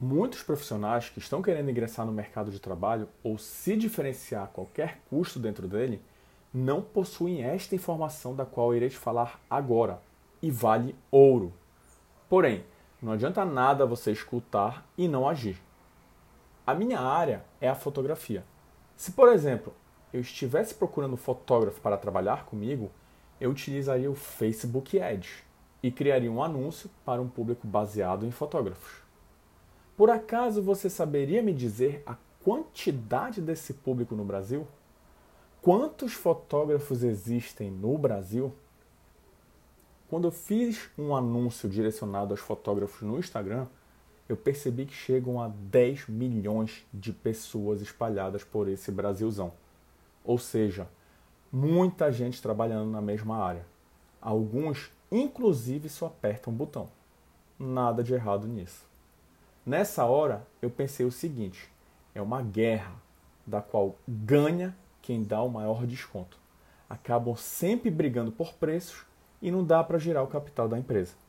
Muitos profissionais que estão querendo ingressar no mercado de trabalho ou se diferenciar a qualquer custo dentro dele não possuem esta informação da qual eu irei te falar agora e vale ouro. Porém, não adianta nada você escutar e não agir. A minha área é a fotografia. Se, por exemplo, eu estivesse procurando fotógrafo para trabalhar comigo, eu utilizaria o Facebook Ads e criaria um anúncio para um público baseado em fotógrafos. Por acaso você saberia me dizer a quantidade desse público no Brasil? Quantos fotógrafos existem no Brasil? Quando eu fiz um anúncio direcionado aos fotógrafos no Instagram, eu percebi que chegam a 10 milhões de pessoas espalhadas por esse Brasilzão. Ou seja, muita gente trabalhando na mesma área. Alguns, inclusive, só apertam um botão. Nada de errado nisso. Nessa hora, eu pensei o seguinte: é uma guerra da qual ganha quem dá o maior desconto. Acabam sempre brigando por preços e não dá para girar o capital da empresa.